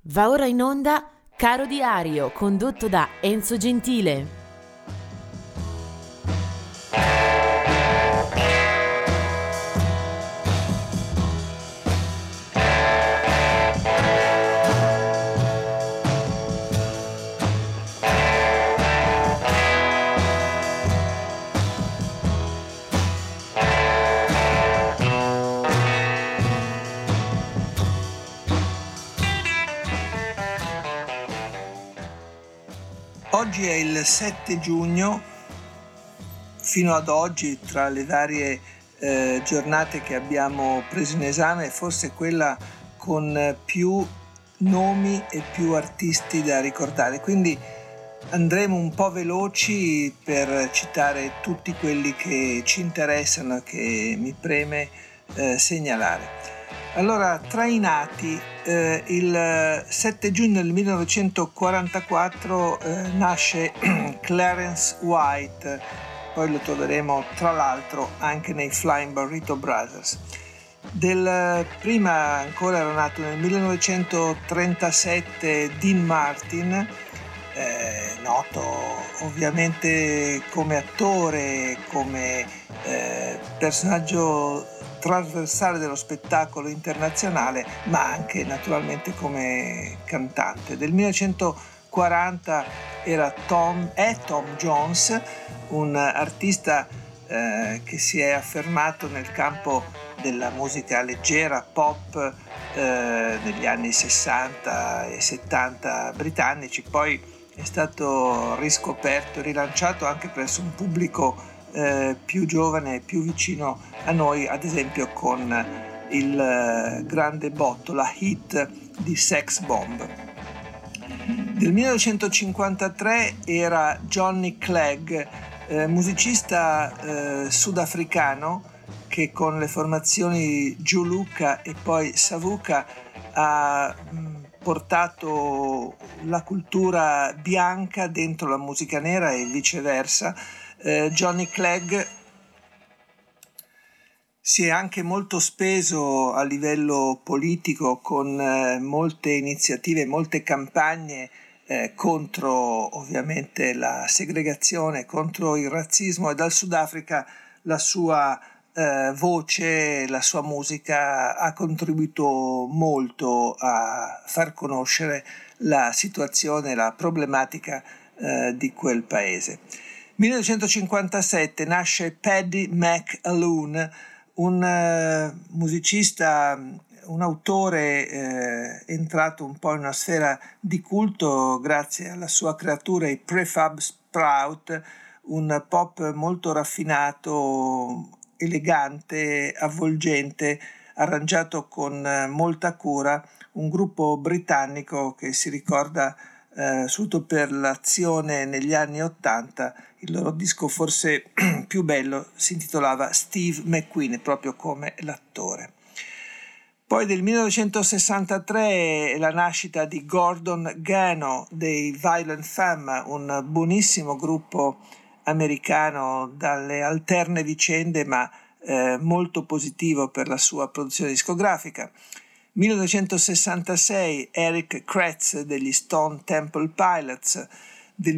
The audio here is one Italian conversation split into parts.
Va ora in onda Caro Diario, condotto da Enzo Gentile. Oggi è il 7 giugno, fino ad oggi tra le varie giornate che abbiamo preso in esame, forse quella con più nomi e più artisti da ricordare, quindi andremo un po' veloci per citare tutti quelli che ci interessano e che mi preme segnalare. Allora, tra i nati, il 7 giugno del 1944 nasce Clarence White, poi lo troveremo tra l'altro anche nei Flying Burrito Brothers. Prima ancora era nato nel 1937 Dean Martin, noto ovviamente come attore, come personaggio trasversale dello spettacolo internazionale, ma anche naturalmente come cantante. Del 1940 è Tom Jones, un artista che si è affermato nel campo della musica leggera, pop, negli anni 60 e 70 britannici, poi è stato riscoperto e rilanciato anche presso un pubblico più giovane e più vicino a noi, ad esempio con il grande botto, la hit di Sex Bomb. Del 1953 era Johnny Clegg, musicista sudafricano che con le formazioni Juluka e poi Savuka ha portato la cultura bianca dentro la musica nera e viceversa. Johnny Clegg si è anche molto speso a livello politico con molte iniziative, molte campagne contro ovviamente la segregazione, contro il razzismo, e dal Sudafrica la sua voce, la sua musica ha contribuito molto a far conoscere la situazione, la problematica di quel paese. 1957 nasce Paddy McAloon, un musicista, un autore entrato un po' in una sfera di culto grazie alla sua creatura, i Prefab Sprout, un pop molto raffinato, elegante, avvolgente, arrangiato con molta cura, un gruppo britannico che si ricorda soprattutto per l'azione negli anni '80. Il loro disco forse più bello si intitolava Steve McQueen, proprio come l'attore. Poi del 1963 la nascita di Gordon Gano dei Violent Femmes, un buonissimo gruppo americano dalle alterne vicende, ma molto positivo per la sua produzione discografica. 1966 Eric Kretz degli Stone Temple Pilots. Del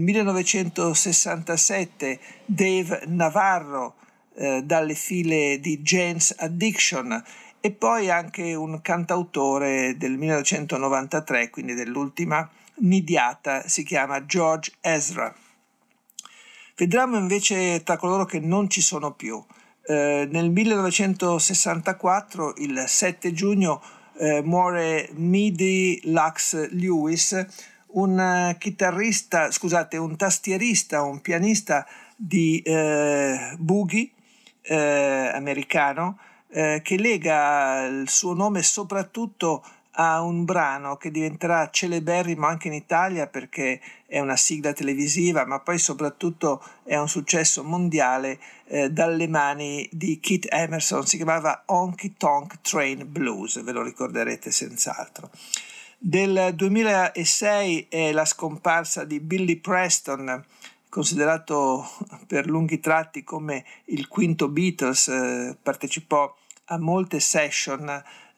1967 Dave Navarro dalle file di Jane's Addiction, e poi anche un cantautore del 1993, quindi dell'ultima nidiata, si chiama George Ezra. Vedremo invece tra coloro che non ci sono più. Nel 1964, il 7 giugno, muore Mehdi Lux Lewis, un tastierista, un pianista di boogie americano, che lega il suo nome soprattutto a un brano che diventerà celeberrimo anche in Italia perché è una sigla televisiva, ma poi soprattutto è un successo mondiale dalle mani di Keith Emerson. Si chiamava Honky Tonk Train Blues, ve lo ricorderete senz'altro. Del 2006 è la scomparsa di Billy Preston, considerato per lunghi tratti come il quinto Beatles, partecipò a molte session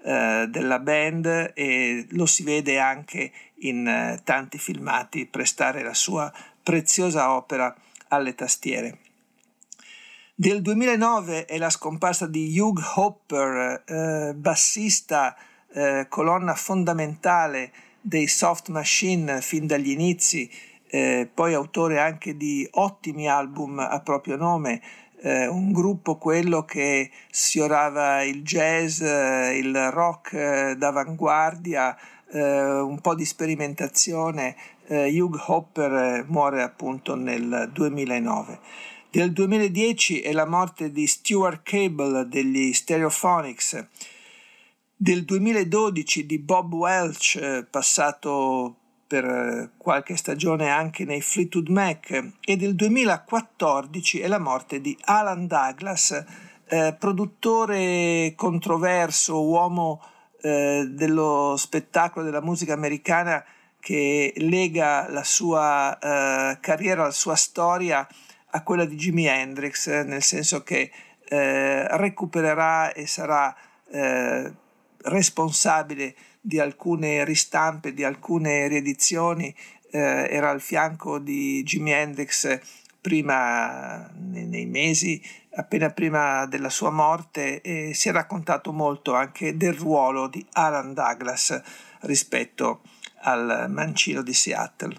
della band, e lo si vede anche in tanti filmati prestare la sua preziosa opera alle tastiere. Del 2009 è la scomparsa di Hugh Hopper, bassista, colonna fondamentale dei Soft Machine fin dagli inizi, poi autore anche di ottimi album a proprio nome, un gruppo quello che sfiorava il jazz, il rock d'avanguardia, un po' di sperimentazione. Hugh Hopper muore appunto nel 2009. Del 2010 è la morte di Stuart Cable degli Stereophonics, del 2012 di Bob Welch, passato per qualche stagione anche nei Fleetwood Mac, e del 2014 è la morte di Alan Douglas, produttore controverso, uomo dello spettacolo della musica americana, che lega la sua carriera, la sua storia a quella di Jimi Hendrix, nel senso che recupererà e sarà responsabile di alcune ristampe, di alcune riedizioni, era al fianco di Jimi Hendrix prima, nei mesi appena prima della sua morte, e si è raccontato molto anche del ruolo di Alan Douglas rispetto al mancino di Seattle.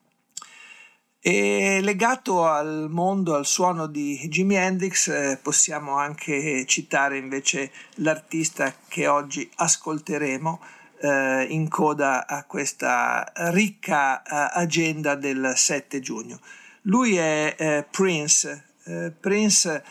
E legato al mondo, al suono di Jimi Hendrix, possiamo anche citare invece l'artista che oggi ascolteremo in coda a questa ricca agenda del 7 giugno. Lui è Prince. Prince,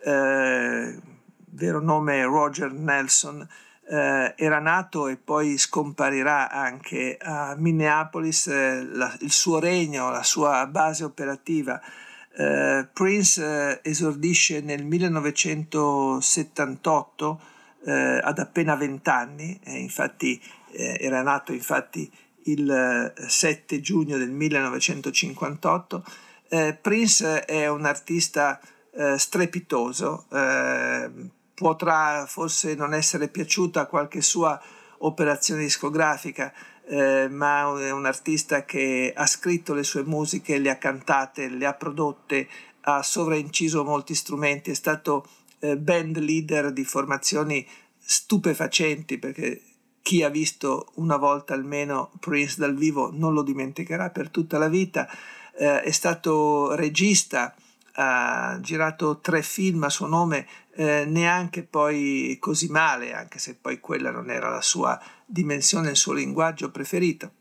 vero nome Roger Nelson, era nato e poi scomparirà anche a Minneapolis. Il suo regno, la sua base operativa. Prince esordisce nel 1978 ad appena 20 anni, era nato il 7 giugno del 1958. Prince è un artista strepitoso. Potrà forse non essere piaciuta qualche sua operazione discografica, ma è un artista che ha scritto le sue musiche, le ha cantate, le ha prodotte, ha sovrainciso molti strumenti, è stato band leader di formazioni stupefacenti, perché chi ha visto una volta almeno Prince dal vivo non lo dimenticherà per tutta la vita. È stato regista, ha girato 3 film a suo nome, neanche poi così male, anche se poi quella non era la sua dimensione, il suo linguaggio preferito.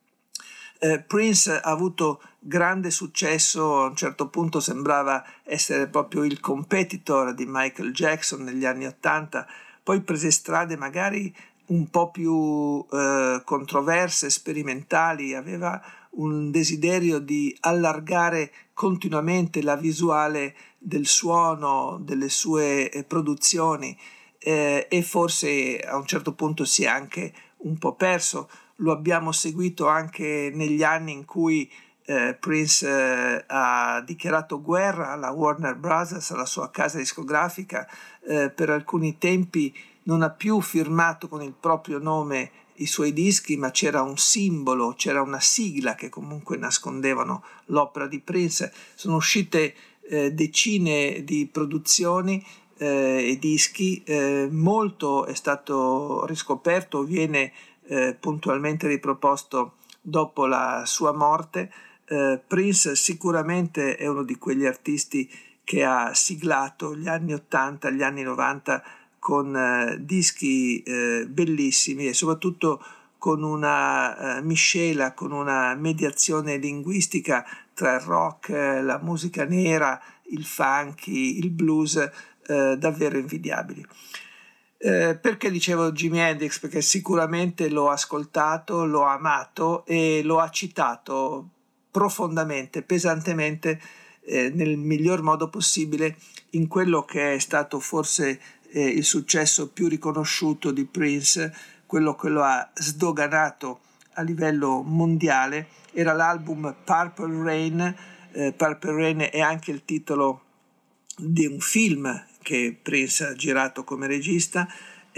Prince ha avuto grande successo, a un certo punto sembrava essere proprio il competitor di Michael Jackson negli anni '80, poi prese strade magari un po' più controverse, sperimentali, aveva un desiderio di allargare continuamente la visuale del suono, delle sue produzioni, e forse a un certo punto si è anche un po' perso. Lo abbiamo seguito anche negli anni in cui Prince ha dichiarato guerra alla Warner Brothers, alla sua casa discografica. Per alcuni tempi non ha più firmato con il proprio nome i suoi dischi, ma c'era un simbolo, c'era una sigla che comunque nascondevano l'opera di Prince. Sono uscite decine di produzioni e dischi, molto è stato riscoperto, viene puntualmente riproposto dopo la sua morte. Prince sicuramente è uno di quegli artisti che ha siglato gli anni 80, gli anni 90 con dischi bellissimi, e soprattutto con una miscela, con una mediazione linguistica tra il rock, la musica nera, il funky, il blues, davvero invidiabili. Perché dicevo Jimi Hendrix? Perché sicuramente l'ho ascoltato, l'ho amato e lo ha citato profondamente, pesantemente, nel miglior modo possibile, in quello che è stato forse il successo più riconosciuto di Prince, quello che lo ha sdoganato a livello mondiale. Era l'album Purple Rain. Purple Rain è anche il titolo di un film che Prince ha girato come regista,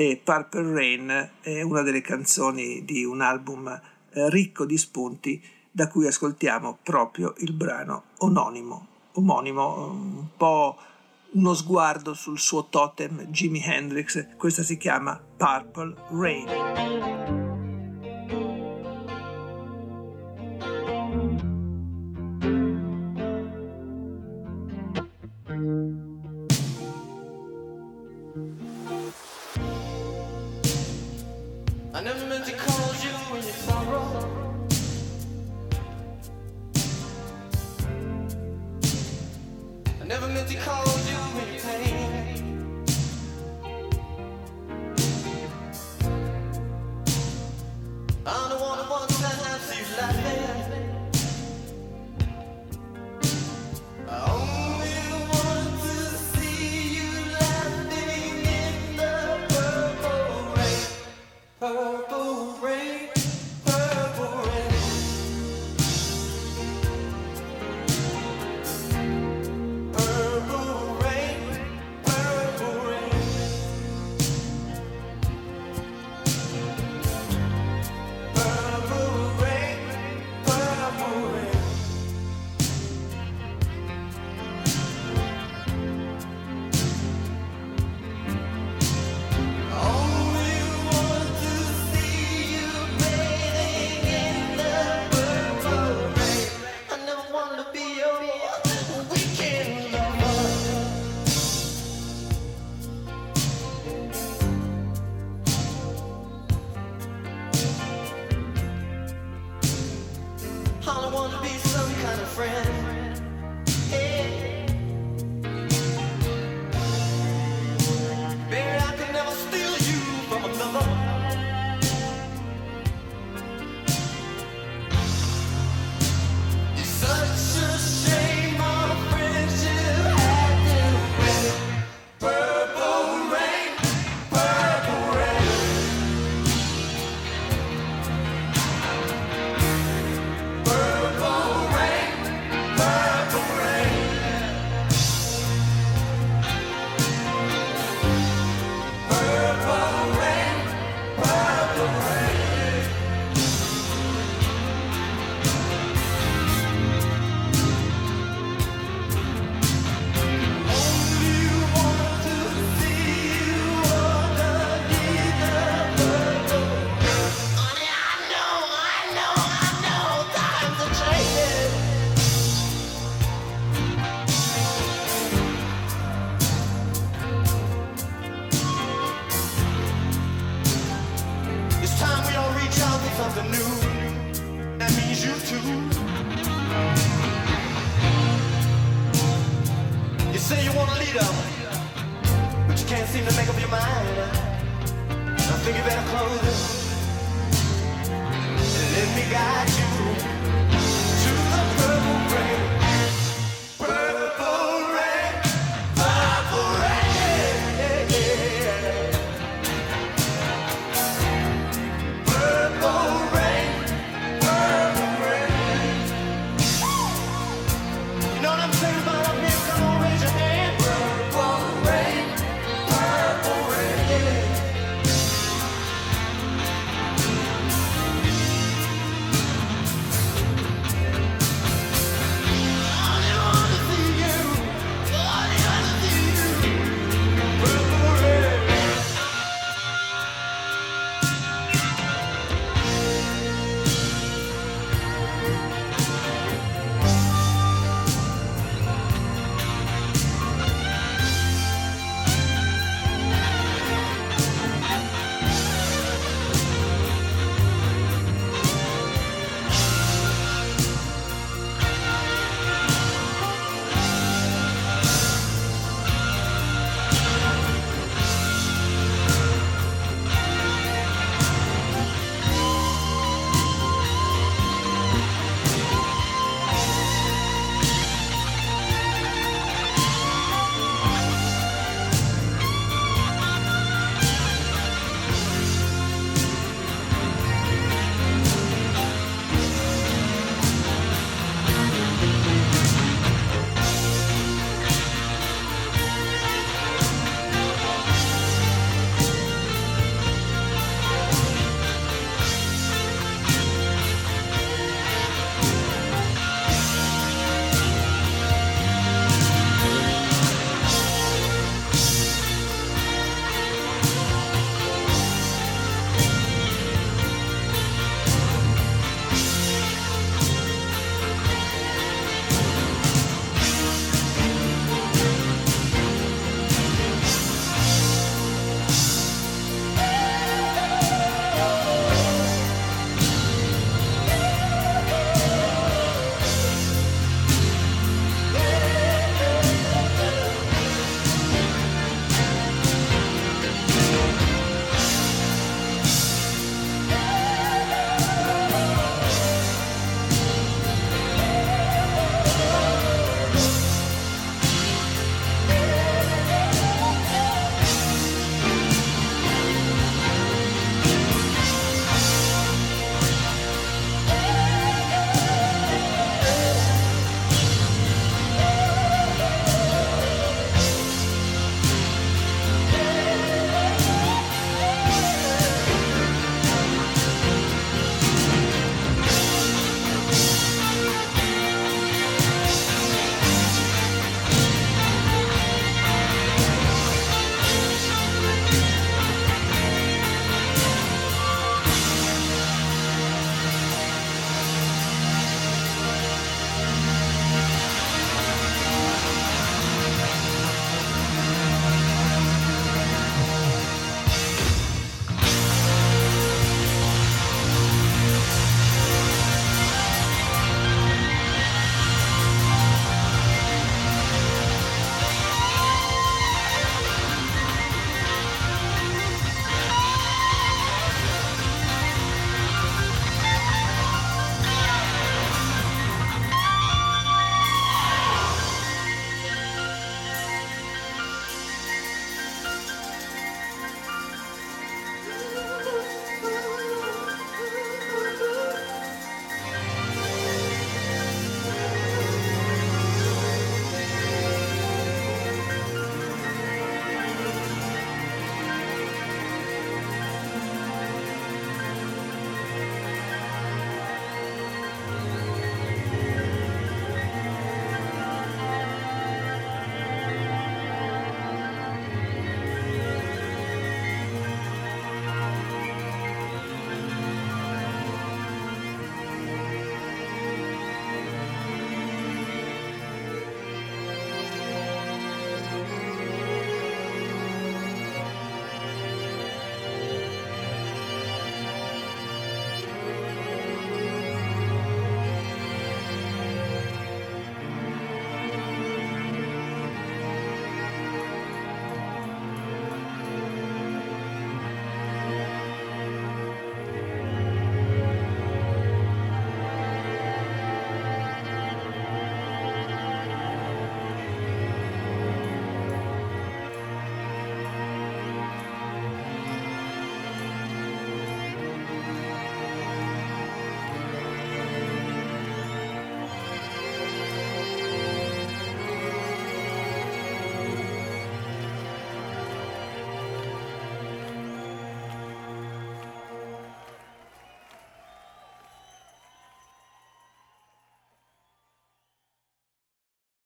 e Purple Rain è una delle canzoni di un album ricco di spunti, da cui ascoltiamo proprio il brano omonimo, un po' uno sguardo sul suo totem Jimi Hendrix. Questa si chiama Purple Rain. I never meant to cause you in your sorrow. I never meant to cause you in your pain. I'm the one who wants to have you laughing. I only want to see you laughing in the purple rain. Purple rain, purple rain. Purple rain, purple rain. Purple rain, purple rain. Only want to see you bathing in the purple rain. I never wanna be your weekend lover. I don't wanna be some kind of friend. Hey. Baby, I could never steal you from another. It's such a shame our friendship had to end. Purple rain, purple rain. Purple rain, purple rain. Purple rain, purple rain. Only want to see you underneath the purple rain. Honey, I know, times are changing. It's time we all reach out for something new. That means you too. You say you want a leader, but you can't seem to make up your mind. I think you better close it and let me guide you.